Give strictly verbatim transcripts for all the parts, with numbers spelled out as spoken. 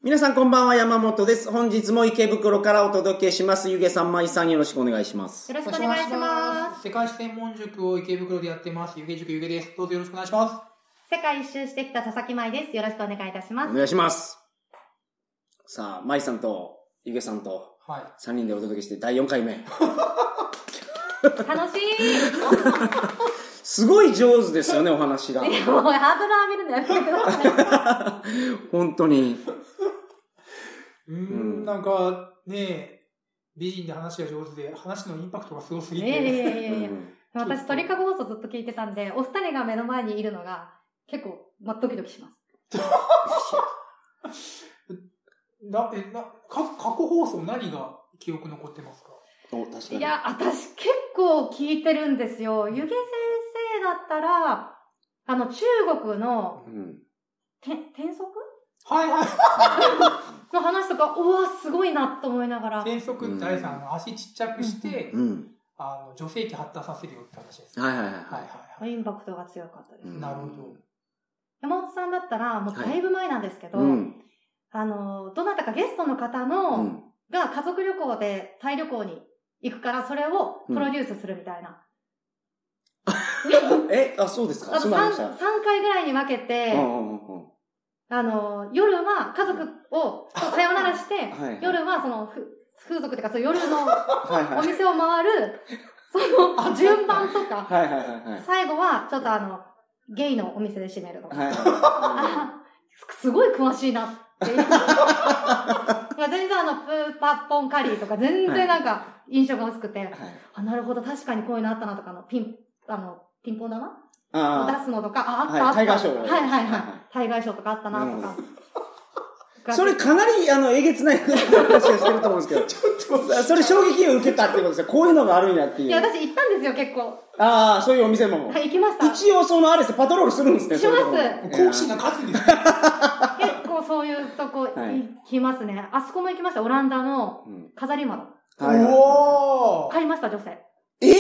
皆さんこんばんは、山本です。本日も池袋からお届けします。ゆげさん、まいさん、よろしくお願いします。 よろしくお願いします。 世界史専門塾を池袋でやってます。ゆげ塾ゆげです。どうぞよろしくお願いします。 世界一周してきた佐々木舞です。よろしくお願いいたします。 お願いします。さあ、まいさんとゆげさんとさんにんでお届けしてだいよんかいめ。 楽しいすごい上手ですよね、お話が。 もうハードル上げるのやめてください。 本当に。 うーん、なんかね、美人で話が上手で、話のインパクトがすごすぎて。 いやいやいやいや、うん、私鳥かご放送ずっと聞いてたんで、お二人が目の前にいるのが結構、ま、ドキドキします。 な、え、な、か、過去放送何が記憶残ってますか？ お、確かに。 いや、私結構聞いてるんですよ。ゆげ先生だったら、あの、中国の、うん、て、転足はいはい。 の話とか、うわ、すごいなと思いながら。 転足ってあれさ、あの、足ちっちゃくして、うん、あの、女性器発達させるよって話です。 はいはいはい。 はいはいはい。 インパクトが強かったです。 なるほど。 山本さんだったら、もうだいぶ前なんですけど、はいうん、あの、どなたかゲストの方の、うん、が家族旅行でタイ旅行に行くから、それをプロデュースするみたいな。 うん、え、あ、そうですか。 あと 3, さんかいぐらいに分けて、うんうんうん、あの、夜は家族をさよならして、はいはい、夜はその、風俗というか、そう夜のお店を回る、その順番とか、はいはいはいはい、最後はちょっとあの、ゲイのお店で締めるとか。はいはいはい、すごい詳しいなっていう。全然あの、プーパッポンカリーとか全然なんか印象が薄くて、はい、あ、なるほど、確かにこういうのあったなとかの、ピン、あの、ピンポン玉を出すのとか、あ、あったあった。 タイガーショー。 はいはいはい。タイガーショーとかあったなとか。 それかなり、あの、えげつない話がしてると思うんですけど、ちょっと、それ衝撃を受けたってことですよ。こういうのがあるんやっていう。 いや、私行ったんですよ、結構。 ああ、そういうお店も。 はい、行きました。 一応、その、あれですパトロールするんですね。 します。 好奇心が勝つんです結構そういうとこ行きますね。はい、あそこも行きました、オランダの飾り窓。 うん、はい、おー買いました、女性。 ええ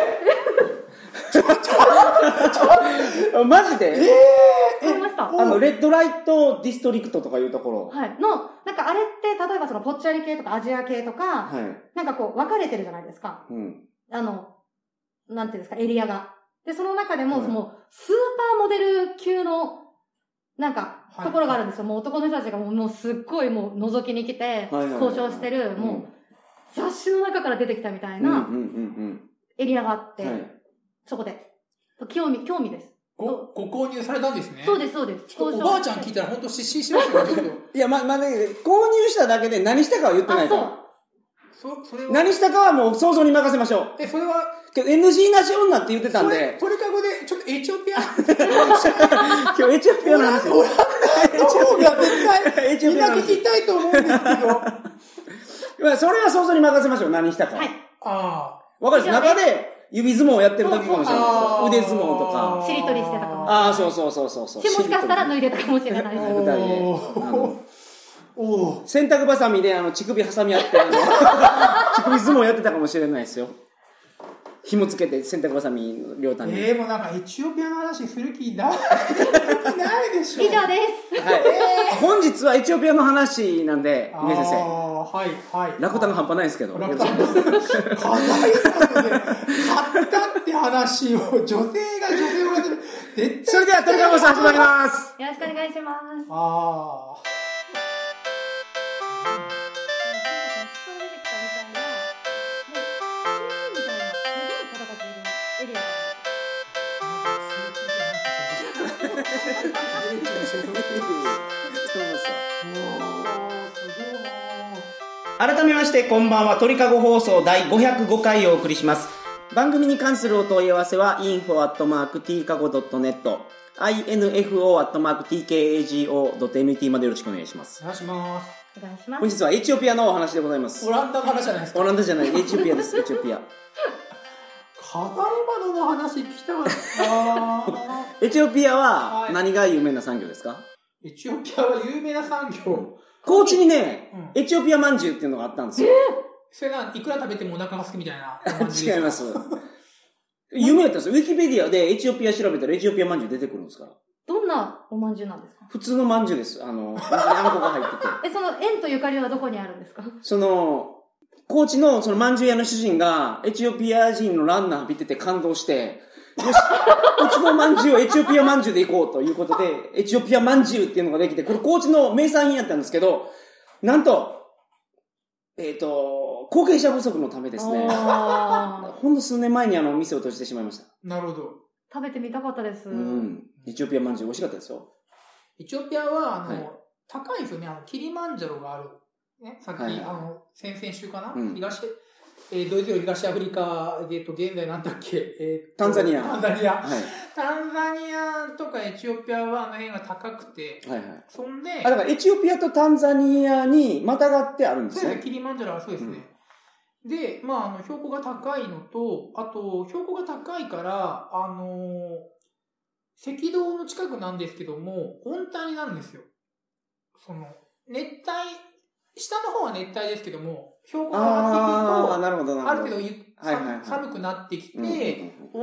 マジでええー、買いました。 あの、レッドライトディストリクトとかいうところ。 はい。の、なんかあれって、例えばその、ぽっちゃり系とかアジア系とか、はい、なんかこう、分かれてるじゃないですか。うん。あの、なんていうんですか、エリアが。で、その中でも、はい、その、スーパーモデル級の、なんか、ところがあるんですよ。はい、もう男の人たちがもう、もうすっごいもう覗きに来て、交渉してる、もう、うん、雑誌の中から出てきたみたいな、エリアがあって、はい、そこで、興味、興味です。 ご、ご購入されたんですね。 そうです、そうです。 おばあちゃん聞いたら本当失神しますよ、ちょっと。 いや、ま、まね、購入しただけで何したかは言ってないから。 そう。そ、それは何したかはもう想像に任せましょう。 え、それは、 けど エヌジー なし女って言ってたんで。 鳥かごで、ちょっとエチオピア今日エチオピアの話。 オランダの方が絶対、みんな聞きたいと思うんですけど。 それは想像に任せましょう、何したか。はい。 ああ。 わかるです。中で、指相撲やってる時かもしれない。腕相撲とか。 しりとりしてたかもしれない。 ああ、そうそうそうそうそう。 もしかしたら脱いでたかもしれない。 二人で。お洗濯バサミであの乳首挟み合って、あの乳首相撲やってたかもしれないですよ。紐つけて洗濯バサミの両端に。 ええー、もうなんかエチオピアの話する気ない。ないでしょ。 以上です。 はい。えー、本日はエチオピアの話なんで、ゆげ先生。 はいはい。 楽単が半端ないですけど。 楽単。課題なので、買ったって話を女性が女性をやってる。絶対。 それでは鳥かごさん始まります。 よろしくお願いします。 ああ。 改めましてこんばんは。鳥かご放送だいごひゃくごかいをお送りします。番組に関するお問い合わせは インフォ アットマーク ティーカゴ ドットネット インフォ アットマーク ティーケーエージーオー ドットエヌティー までよろしくお願いします。 お願いします。 お願いします。 本日はエチオピアのお話でございます。 オランダの話じゃないですか。 オランダじゃない、エチオピアです。エチオピア。 飾り窓の話聞きたかった。 エチオピアは何が有名な産業ですか？ エチオピアは有名な産業。 高知にね、うん、エチオピアまんじゅうっていうのがあったんですよ。 えー、 それがいくら食べてもお腹が空くみたいな。 違います。有名だったんですよ。ウィキペディアでエチオピア調べたらエチオピアまんじゅう出てくるんですから。 どんなお饅頭なんですか？ 普通の饅頭です。あの、あんこが入ってて。 え、その縁とゆかりはどこにあるんですか？ その、高知のその饅頭屋の主人がエチオピア人のランナー見てて感動して、よし、うちの饅頭をエチオピア饅頭で行こうということで、エチオピア饅頭っていうのができて、これ高知の名産品やったんですけど、なんと、えっ、ー、と、後継者不足のためですね。ほんの数年前にあの、店を閉じてしまいました。 なるほど。 食べてみたかったです。 うん。エチオピア饅頭美味しかったですよ。 エチオピアは、あの、はい、高いですよね。あの、キリマンジャロがある。ね、さっき、はい、あの、先々週かな、うん、東、えー、ドイツより東アフリカ、えっと、現在なんだっけ、えー、 タンザニア。 タンザニア。はい。タンザニアとかエチオピアはあの辺が高くて、はいはい。そんで、 あ、だからエチオピアとタンザニアにまたがってあるんですね。 そうですね、キリマンジャロはそうですね。うん、で、まあ、あの、標高が高いのと、あと、標高が高いから、あのー、赤道の近くなんですけども、温帯になるんですよ。その、熱帯、下の方は熱帯ですけども、標高が上がってくると、あ, なるほどなるほどある程度ゆ、はいはいはい、寒くなってきて、うんうんうん、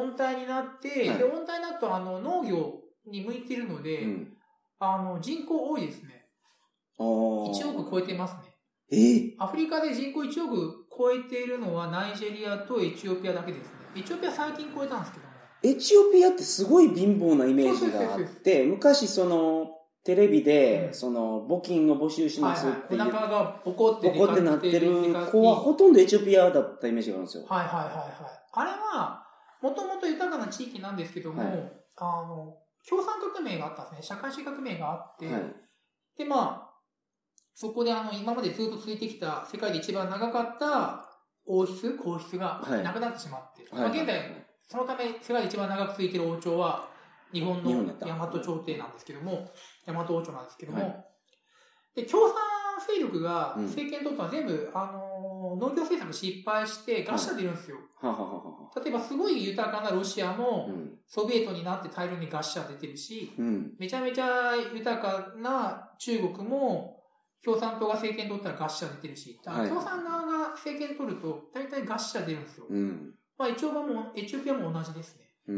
温帯になって、はい、で、温帯になるとあの農業に向いているので、うん、あの人口多いですね。いちおく超えてますね。 えー、 アフリカで人口いちおく超えているのはナイジェリアとエチオピアだけですね。エチオピア最近超えたんですけども。 エチオピアってすごい貧乏なイメージがあって、昔その、テレビで、うん、その、募金を募集しますっていう。 はいはい、お腹がボコってボコってなってる子はほとんどエチオピアだったイメージがあるんですよ。 はいはいはいはい。あれは、もともと豊かな地域なんですけども、はい、あの、共産革命があったんですね。社会主義革命があって、はい、で、まあ、そこであの、今までずっと続いてきた世界で一番長かった王室、皇室がなくなってしまって、はい、まあ、現在、そのため世界で一番長く続いている王朝は、日本の大和朝廷なんですけども、大和王朝なんですけども、はい、で、共産勢力が政権取ったのは全部、うん、あの、農業政策失敗して餓死者出るんですよ。はい、例えばすごい豊かなロシアも、ソビエトになって大量に餓死者出てるし、うん、めちゃめちゃ豊かな中国も、共産党が政権取ったら餓死者出てるし、共産側が政権取ると、大体餓死者出るんですよ。うん、まあ、エチオピアも、エチオピアも同じですね。 うん、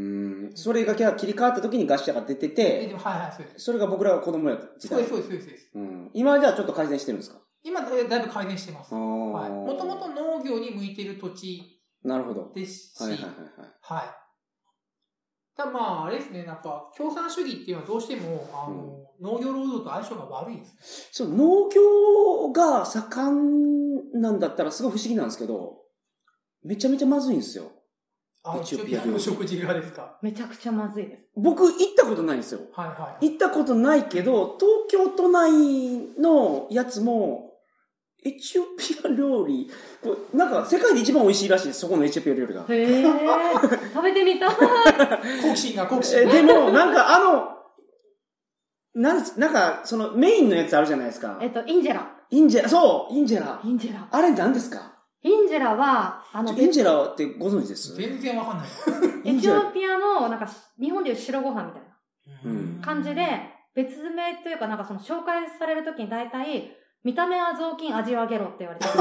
それが切り替わった時に餓死者が出てて、 はいはい、そうです。 それが僕らが子供やった時代。そうです、そうです、そうです。 うん、今はじゃあちょっと改善してるんですか？ 今、だいぶ改善してます。はい。もともと農業に向いている土地なるほど。 ですし、 はいはいはい、はい。 はい。ただまあ、あれですね、やっぱ、共産主義っていうのはどうしても、あの、うん、農業労働と相性が悪いです。 そう、農業が盛んなんだったらすごい不思議なんですけど、めちゃめちゃまずいんですよ。 エチオピアの食事がですか？ めちゃくちゃまずいです。 僕行ったことないんですよ。 はいはい。 行ったことないけど、東京都内のやつも、エチオピア料理、なんか世界で一番美味しいらしいです、そこのエチオピア料理が。 へー。食べてみたい。 好奇心が好奇心。 でも、なんかあの、なん、なんか、そのメインのやつあるじゃないですか。 えっと、インジェラ。 インジェラ、そう、インジェラ。 インジェラ。 あれ何ですか？ インジェラは、あの、 インジェラってご存知です？ 全然わかんない。 エチオピアの、なんか、日本でいう白ご飯みたいな感じで、別名というか、なんかその紹介されるときに大体、見た目は雑巾、味をあげろって言われてる。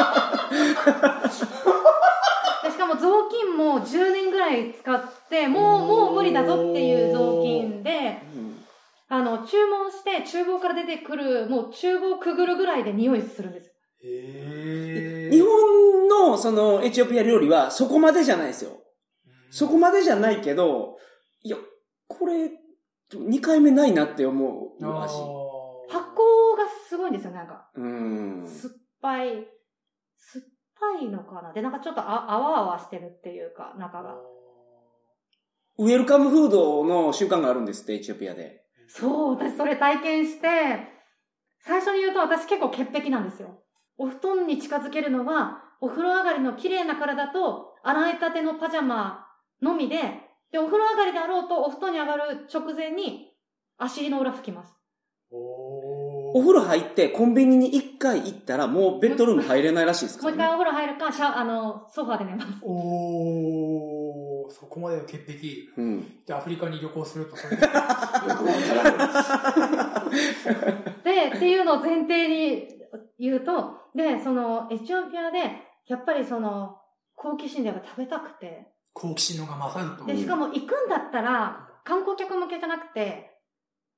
でしかも雑巾もじゅうねんぐらい使って、もう、もう無理だぞっていう雑巾で、あの、注文して厨房から出てくる、もう厨房くぐるぐらいで匂いするんですよ。 へー。日本のそのエチオピア料理はそこまでじゃないですよ。そこまでじゃないけど、いや、これ、にかいめないなって思う味。 発酵がすごいんですよ、なんか。 うん。 酸っぱい、酸っぱいのかなで、なんかちょっとあ、あわあわしてるっていうか、中が。 ウェルカムフードの習慣があるんですって、エチオピアで。 そう、私それ体験して、最初に言うと私結構潔癖なんですよ。お布団に近づけるのは、お風呂上がりの綺麗な体と、洗いたてのパジャマのみで、で、お風呂上がりであろうと、お布団に上がる直前に、足の裏拭きます。 お風呂入って、コンビニに一回行ったら、もうベッドルーム入れないらしいですからね。 もう一回お風呂入るか、シャあの、ソファーで寝ます。 おー、そこまでの潔癖。うん。で、アフリカに旅行すると、それで。よくわからない。 で、っていうのを前提に言うと、で、その、エチオピアで、やっぱりその、好奇心で食べたくて。 好奇心のが勝ると。 で、しかも行くんだったら、観光客向けじゃなくて、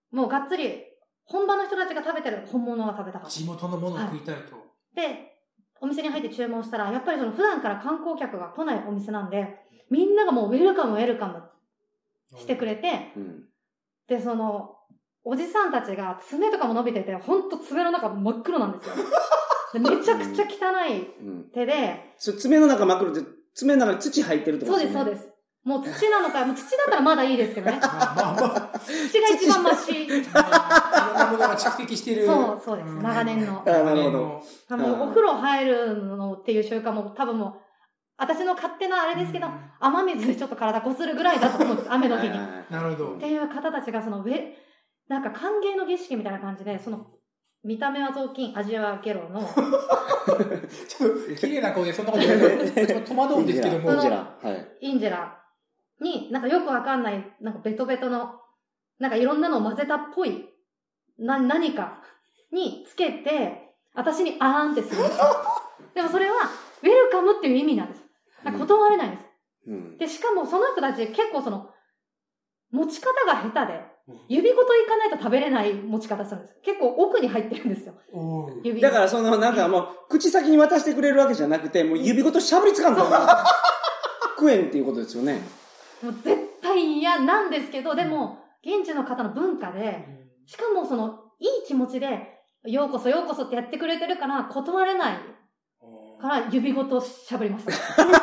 もうがっつり、本場の人たちが食べてる本物が食べたかった。 地元のものを食いたいと。 はい、で、お店に入って注文したら、やっぱりその普段から観光客が来ないお店なんで、みんながもうウェルカムウェルカムしてくれて、うん、で、その、おじさんたちが爪とかも伸びてて、ほんと爪の中真っ黒なんですよ。でめちゃくちゃ汚い手で。 うんうん、爪の中真っ黒って、爪の中に土入ってるってことですね。 そうです、そうです。もう土なのか、もう土だったらまだいいですけどね。土が一番マシ。いろんなものが蓄積してる。 そう、そうです。長年の。 あ、なるほど。 あの、お風呂入るのっていう習慣も多分もう、私の勝手なあれですけど、うん、雨水でちょっと体こするぐらいだと思うんです。雨の日に。 なるほど。 っていう方たちが、その、上、なんか歓迎の儀式みたいな感じで、その、見た目は雑巾、味はゲロの。ちょっと、綺麗な顔でそんなこと言われて、戸惑うんですけども。 インジェラ。 はい。インジェラに、なんかよくわかんない、なんかベトベトの、なんかいろんなのを混ぜたっぽい、な、何かにつけて、私にあーんってするんですよ。でもそれは、ウェルカムっていう意味なんです。断れないんです。うん、で、しかもその人たち結構その、持ち方が下手で、指ごといかないと食べれない持ち方するんです。結構奥に入ってるんですよ。 指だからそのなんかもう、口先に渡してくれるわけじゃなくて、もう指ごとしゃぶりつかんと食えんっていうことですよね。 もう絶対嫌なんですけど、でも、現地の方の文化で、しかもその、いい気持ちで、ようこそようこそってやってくれてるから、断れないから指ごとしゃぶりました。もう、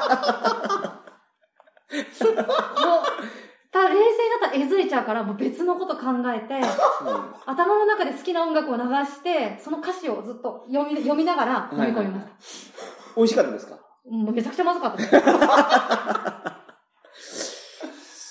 た冷静だったらえずいちゃうから、もう別のこと考えて、うん、頭の中で好きな音楽を流して、その歌詞をずっと読み、読みながら飲み込みました。はいはい、 美味しかったですか？ もうめちゃくちゃまずかったです。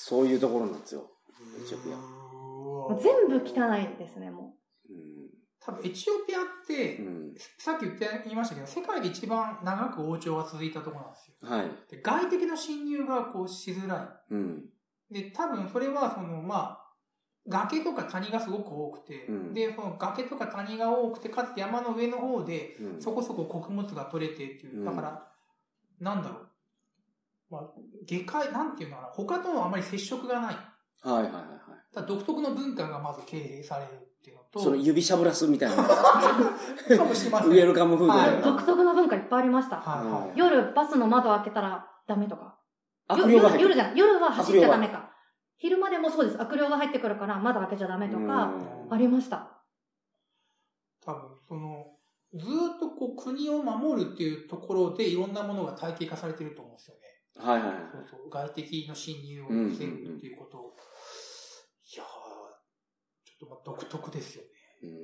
そういうところなんですよ、エチオピア。 全部汚いですね、もう。うん多分エチオピアって、うん、さっき言って言いましたけど、世界で一番長く王朝が続いたところなんですよ。はい。で外敵の侵入がこうしづらい。うん。で、多分それはその、まあ、崖とか谷がすごく多くて、うん、で、その崖とか谷が多くて、かつ山の上の方で、そこそこ穀物が取れてっていう、だから、うん、なんだろう。まあ、下界、なんていうのかな、他とのあまり接触がない。 はいはいはいはい。 だ独特の文化がまず形成されるっていうのと、 その指しゃぶらすみたいな。 かもしれません。 ウェルカムフード、はい。 独特な文化いっぱいありました。はいはい、夜、バスの窓開けたらダメとか。夜, 夜じゃない。夜は走っちゃダメか。昼間でもそうです。悪霊が入ってくるから窓開けちゃダメとか、ありました。 多分、その、ずーっとこう国を守るっていうところでいろんなものが体系化されてると思うんですよね。はいはいはい。そうそう。外敵の侵入を防ぐっていうことを。うんうんうん、いやー、ちょっとまあ独特ですよね。うー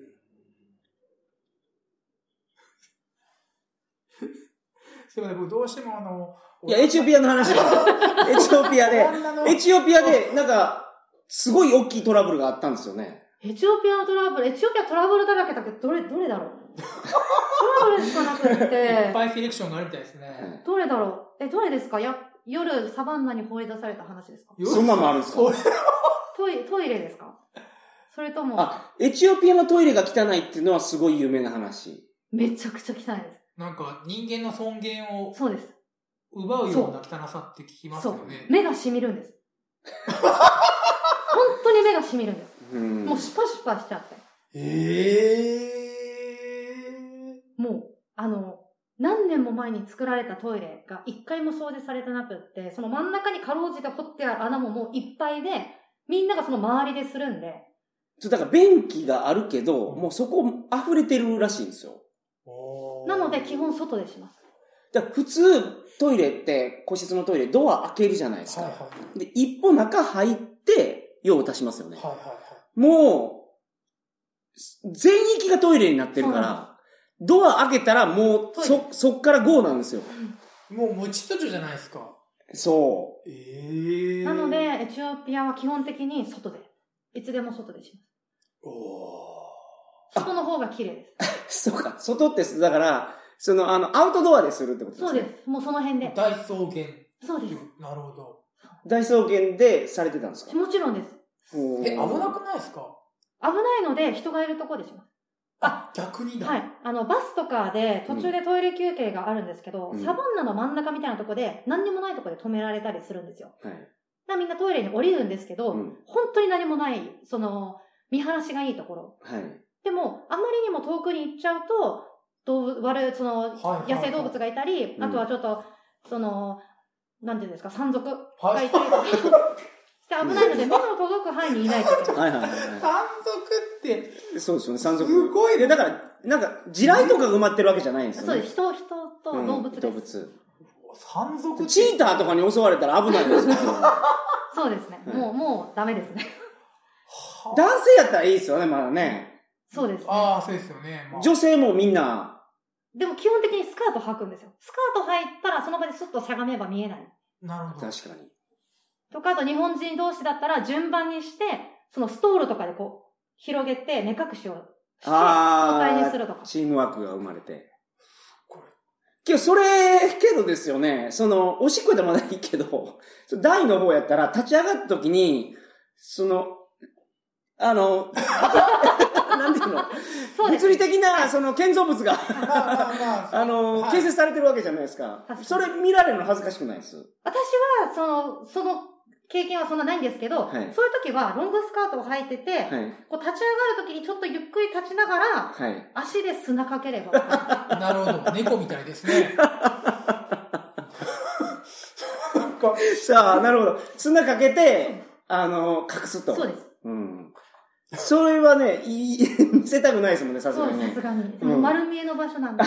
んすいません、僕どうしてもあの、 いや、エチオピアの話です。エチオピアで、エチオピアで、なんか、すごい大きいトラブルがあったんですよね。 エチオピアのトラブル、エチオピアトラブルだらけだけど、どれ、どれだろうトラブルしかなくって。 いっぱいセレクションがあるみたいですね。 どれだろうえ、どれですかや、夜、サバンナに放り出された話ですか？ そんなのあるんですか？ トイレ、トイレですか？それとも。 あ、エチオピアのトイレが汚いっていうのはすごい有名な話。 めちゃくちゃ汚いです。 なんか人間の尊厳をそうです。 奪うような汚さって聞きますよね。 目が染みるんです。本当に目が染みるんです。うんもうシュパシュパしちゃって。 えー、もう、あの、何年も前に作られたトイレが一回も掃除されてなくって、その真ん中にかろうじて掘ってある穴ももういっぱいで、みんながその周りでするんで。 そう、だから便器があるけど、もうそこ溢れてるらしいんですよ。 なので基本外でします。 だから普通トイレって個室のトイレドア開けるじゃないですか。はいはい、で一歩中入って用を足しますよね。はいはいはい、もう全域がトイレになってるからドア開けたらもうそそっからゴーなんですよ。 もう無秩序じゃないですか。 そう。 えー、 なのでエチオピアは基本的に外でいつでも外でします。お外の方が綺麗です。 そうか。外って、だから、その、あの、アウトドアでするってことですね。 そうです。もうその辺で。 大草原。 そうです。 なるほど。 大草原でされてたんですか？ もちろんです。 え、危なくないですか？ 危ないので、人がいるところでします。 あ、逆にだ。 はい。あの、バスとかで途中でトイレ休憩があるんですけど、うん、サバンナの真ん中みたいなところで、何にもないところで止められたりするんですよ。はい。 みんなトイレに降りるんですけど、うん、本当に何もない、その、見晴らしがいいところ。はい。でも、あまりにも遠くに行っちゃうと、動物、悪い、その、野生動物がいたり、あとはちょっと、その、なんていうんですか、山賊がいたりとか、して危ないので、目の届く範囲にいないといけない。はいはいはい。山賊って、 そうですよね、山賊。 すごいで、だから、なんか、地雷とか埋まってるわけじゃないんですよね。 そうです。人、人と動物です。 動物。 山賊チーターとかに襲われたら危ないですよ。 そうですね。もう、もうダメですね。 男性やったらいいですよね、まだね。 そうですね。 ああ、そうですよね。 まあ、女性もみんな。 でも基本的にスカート履くんですよ。スカート履いたらその場でスッとしゃがめば見えない。 なるほど。 確かに。 とか、あと日本人同士だったら順番にして、そのストールとかでこう、広げて目隠しをして、交代にするとか。 チームワークが生まれて。けど、それ、けどですよね、その、おしっこでまだいいけど、台の方やったら立ち上がった時に、その、あの、なんていうの物理的な、その、建造物が、あの、はい、建設されてるわけじゃないですか。それ見られるの恥ずかしくないです。 私は、その、その、経験はそんなないんですけど、はい、そういう時はロングスカートを履いてて、はい、こう立ち上がる時にちょっとゆっくり立ちながら、はい、足で砂かければ。 なるほど。猫みたいですね。 さあ、なるほど。砂かけて、あの、隠すと。 そうです。 うん。それはね、いい見せたくないですもんね、さすがに。 そう、さすがに。うん、丸見えの場所なんで。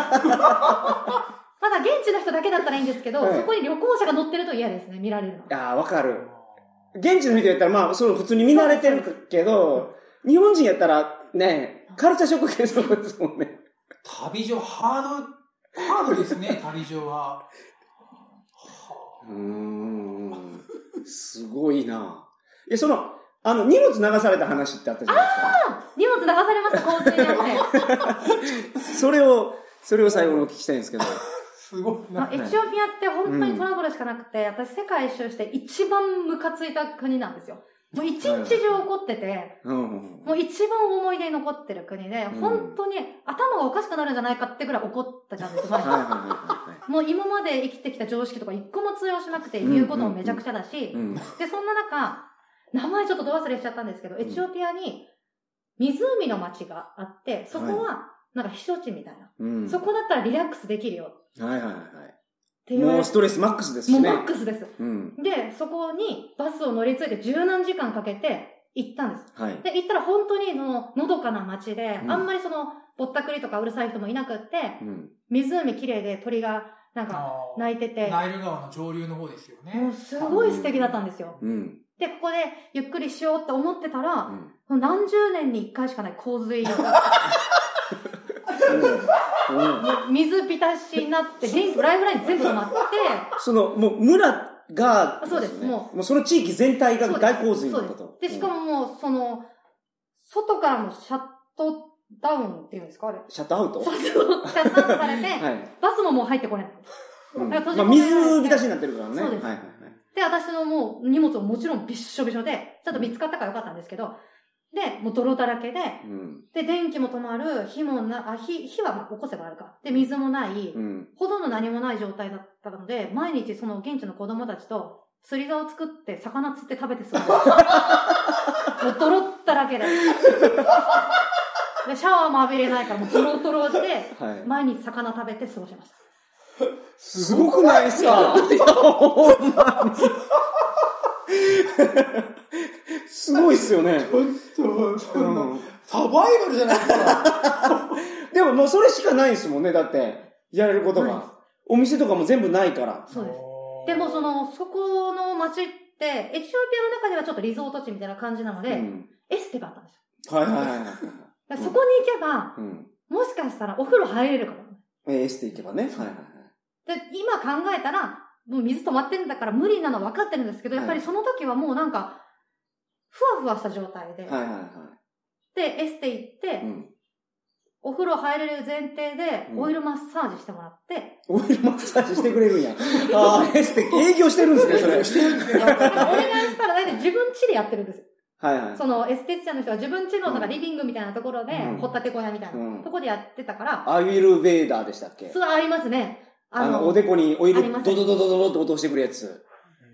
まだ現地の人だけだったらいいんですけど、はい、そこに旅行者が乗ってると嫌ですね、見られるの。 ああ、わかる。現地の人やったら、まあ、それ普通に見慣れてるけど、日本人やったら、ね、カルチャーショック系そうですもんね。 旅上、ハード、ハードですね、旅上は。 うーん。すごいな。いや、その、あの、荷物流された話ってあったじゃないですか。 ああ荷物流されました、洪水にあって。 それを、それを最後にお聞きしたいんですけど。 すごいな。 エチオピアって本当にトラブルしかなくて、うん、私世界一周して一番ムカついた国なんですよ。もう一日中怒ってて、うん、もう一番思い出に残ってる国で、うん、本当に頭がおかしくなるんじゃないかってぐらい怒ったじゃんですよ。もう今まで生きてきた常識とか一個も通用しなくて言うこともめちゃくちゃだし、うんうんうん、で、そんな中、名前ちょっとど忘れしちゃったんですけど、エチオピアに湖の町があって、そこはなんか避暑地みたいな、うん。そこだったらリラックスできるよ。 はいはいはい。もうストレスマックスですしね。 もうマックスです。うん、で、そこにバスを乗り継いで十何時間かけて行ったんです。はい、で、行ったら本当にののどかな町で、うん、あんまりそのぼったくりとかうるさい人もいなくって、うん、湖綺麗で鳥がなんか鳴いてて。 ナイル川の上流の方ですよね。 もうすごい素敵だったんですよ。うん、で、ここでゆっくりしようって思ってたら、うん、何十年に一回しかない洪水が。うん、水浸しになって、電気、ライフライン全部止まって。 その、もう村が、 そうです、もう。もうその地域全体が大洪水になったと。 で、しかももう、その、外からもシャットダウンっていうんですかあれ。 シャットアウトそうそう。シャットアウトされて、はい、バスももう入ってこれない。 うん、まあ、水浸しになってるからね。 そうです。はいはいはい、で、私のもう荷物ももちろんびっしょびしょで、ちょっと見つかったからよかったんですけど、で、もう泥だらけで、うん、で、電気も止まる、火もな、あ、火、火は起こせばあるか。で、水もない、うん、ほとんど何もない状態だったので、毎日その現地の子供たちと釣り竿を作って魚釣って食べて過ごす。もう泥だらけで。で、シャワーも浴びれないからもうドロドロで、はい、毎日魚食べて過ごしました。 すごくないですか？いや、ほんまに。すごいっすよね。 ちょっと、そんな、うん、サバイバルじゃないですか。 でももうそれしかないですもんね、だって。やれることが。お店とかも全部ないから。 そうです。でもその、そこの街って、エチオピアの中ではちょっとリゾート地みたいな感じなので、うん、エステがあったんですよ。 はいはいはい。 そこに行けば、うん、もしかしたらお風呂入れるかも。 エステ行けばね。はいはいはい。 で、今考えたら、もう水止まってるんだから無理なのは分かってるんですけど、やっぱりその時はもうなんか、ふわふわした状態で。はいはいはい。で、エステ行って、うん、お風呂入れる前提で、オイルマッサージしてもらって。 うん、オイルマッサージしてくれるんや。ああ、エステ営業してるんですね、それ。してるんですね。 お願いしたら大体自分家でやってるんですよ。 はいはい。 そのエステティシャンの人は自分家のなんかリビングみたいなところで、うん、掘ったて小屋みたいな、うん、ところでやってたから。 アイルベーダーでしたっけ？ そう、ありますね。 あの、あのおでこにオイルドドドドドドって落としてくるやつ。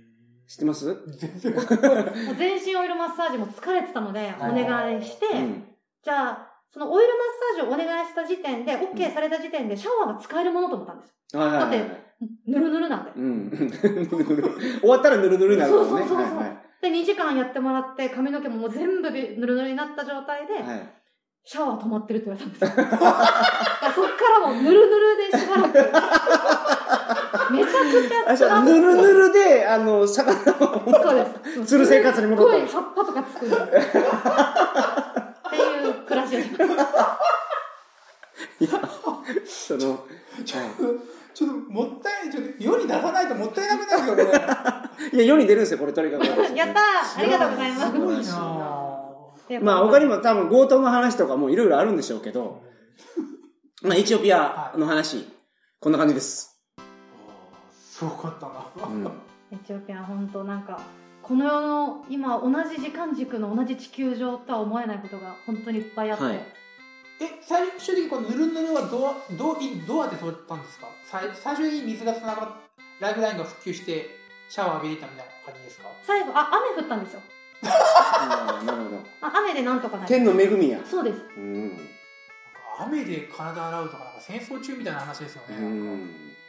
知ってます？ 全然もう全身オイルマッサージも疲れてたので、お願いして、うん、じゃあ、そのオイルマッサージをお願いした時点で、OK された時点でシャワーが使えるものと思ったんですよ。はいはいはい、だって、ぬるぬるなんで。うん。 終わったらぬるぬるになるからね。 そうそうそうそう、はいはい。で、にじかんやってもらって、髪の毛ももう全部ぬるぬるになった状態で、はい、シャワー止まってるって言われたんですよ。そっからもうぬるぬるでしばらく。めちゃくちゃつらぬるぬるで、あの、魚を釣る生活に戻ったんです。 すごい葉っぱとかつくんですっていう暮らしをします。 いや、その、 ちょっと、ちょっともったいない、ちょっと世に出さないともったいなくなるよ、これ。 いや、世に出るんですよ、これ、とにかく。 やったー、ありがとうございます。 すごいなまあ、他にも多分強盗の話とかもいろいろあるんでしょうけど、まあ、エチオピアの話、はい、こんな感じです。 すごかったな。うん、 エチオピアは本当なんか、この世の今同じ時間軸の同じ地球上とは思えないことが本当にいっぱいあって。はい、 え、最終的にこのぬるぬるはどう、どう、どうやって取ったんですか？最、最初に水がつながっ、ライフラインが復旧してシャワー浴びれたみたいな感じですか？ 最後、あ、雨降ったんですよ。 なるほど。 あ、雨でなんとかなる。 天の恵みや。 そうです。 うん。 なんか雨で体洗うとかなんか戦争中みたいな話ですよね。うん。は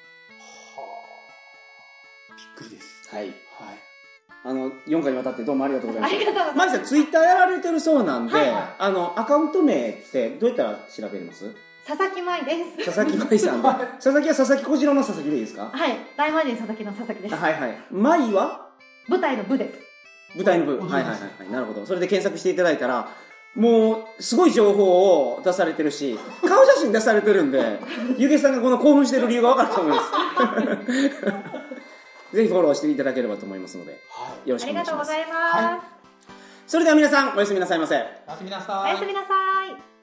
あ。びっくりです。 はい。はい。あの、よんかいにわたってどうもありがとうございました。 ありがとうございます。 まずはツイッターやられてるそうなんで、はいはい、あの、アカウント名ってどうやったら調べれます？ 佐々木舞です。 佐々木舞さん。佐々木は佐々木小次郎の佐々木でいいですか？ はい。大魔神佐々木の佐々木です。 はいはい。舞は舞台の部です。 舞台の部。はいはいはい。なるほど。それで検索していただいたら、もう、すごい情報を出されてるし、顔写真出されてるんで、ゆげさんがこの興奮してる理由がわかると思います。ぜひフォローしていただければと思いますので、はい、よろしくお願いします。 ありがとうございます。はい、 それでは皆さん、おやすみなさいませ。 おやすみなさい。 おやすみなさい。